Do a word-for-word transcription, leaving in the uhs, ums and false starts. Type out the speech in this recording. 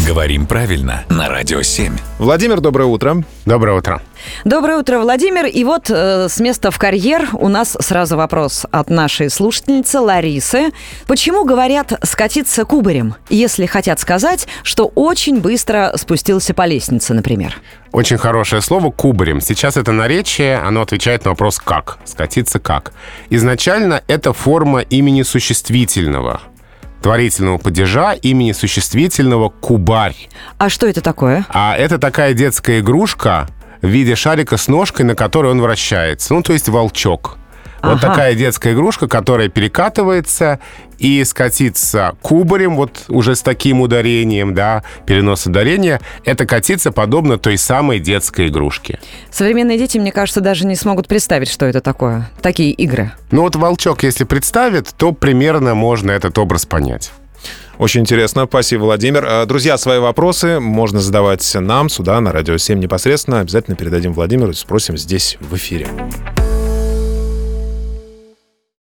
Говорим правильно на Радио семь. Владимир, доброе утро. Доброе утро. Доброе утро, Владимир. И вот э, с места в карьер у нас сразу вопрос от нашей слушательницы Ларисы. Почему говорят «скатиться кубарем», если хотят сказать, что очень быстро спустился по лестнице, например? Очень хорошее слово «кубарем». Сейчас это наречие, оно отвечает на вопрос «как?». Скатиться как? Изначально это форма имени существительного, творительного падежа имени существительного «кубарь». А что это такое? А это такая детская игрушка в виде шарика с ножкой, на которой он вращается. Ну, то есть волчок. Вот Ага. такая детская игрушка, которая перекатывается и скатиться кубарем, вот уже с таким ударением, да, перенос ударения, это катиться подобно той самой детской игрушке. Современные дети, мне кажется, даже не смогут представить, что это такое. Такие игры. Ну вот волчок, если представит, то примерно можно этот образ понять. Очень интересно. Спасибо, Владимир. Друзья, свои вопросы можно задавать нам сюда, на Радио семь непосредственно. Обязательно передадим Владимиру и спросим здесь в эфире.